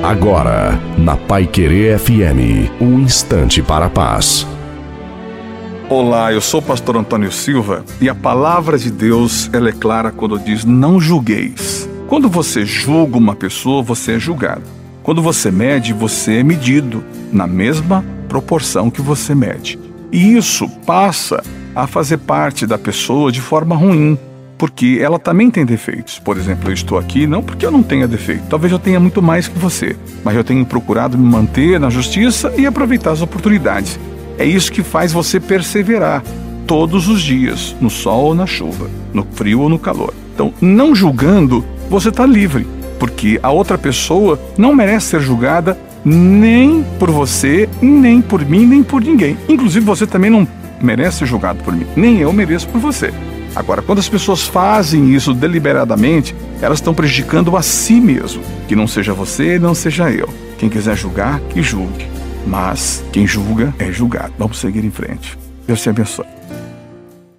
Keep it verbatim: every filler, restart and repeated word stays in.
Agora, na Paiquerê F M, um instante para a paz. Olá, eu sou o pastor Antônio Silva e a palavra de Deus, ela é clara quando diz: não julgueis. Quando você julga uma pessoa, você é julgado. Quando você mede, você é medido na mesma proporção que você mede. E isso passa a fazer parte da pessoa de forma ruim, porque ela também tem defeitos. Por exemplo, eu estou aqui não porque eu não tenha defeito, talvez eu tenha muito mais que você, mas eu tenho procurado me manter na justiça e aproveitar as oportunidades. É isso que faz você perseverar todos os dias, no sol ou na chuva, no frio ou no calor. Então, não julgando, você está livre, porque a outra pessoa não merece ser julgada nem por você, nem por mim, nem por ninguém. Inclusive, você também não merece ser julgado por mim, nem eu mereço por você. Agora, quando as pessoas fazem isso deliberadamente, elas estão prejudicando a si mesmo. Que não seja você, não seja eu. Quem quiser julgar, que julgue. Mas quem julga é julgado. Vamos seguir em frente. Deus te abençoe.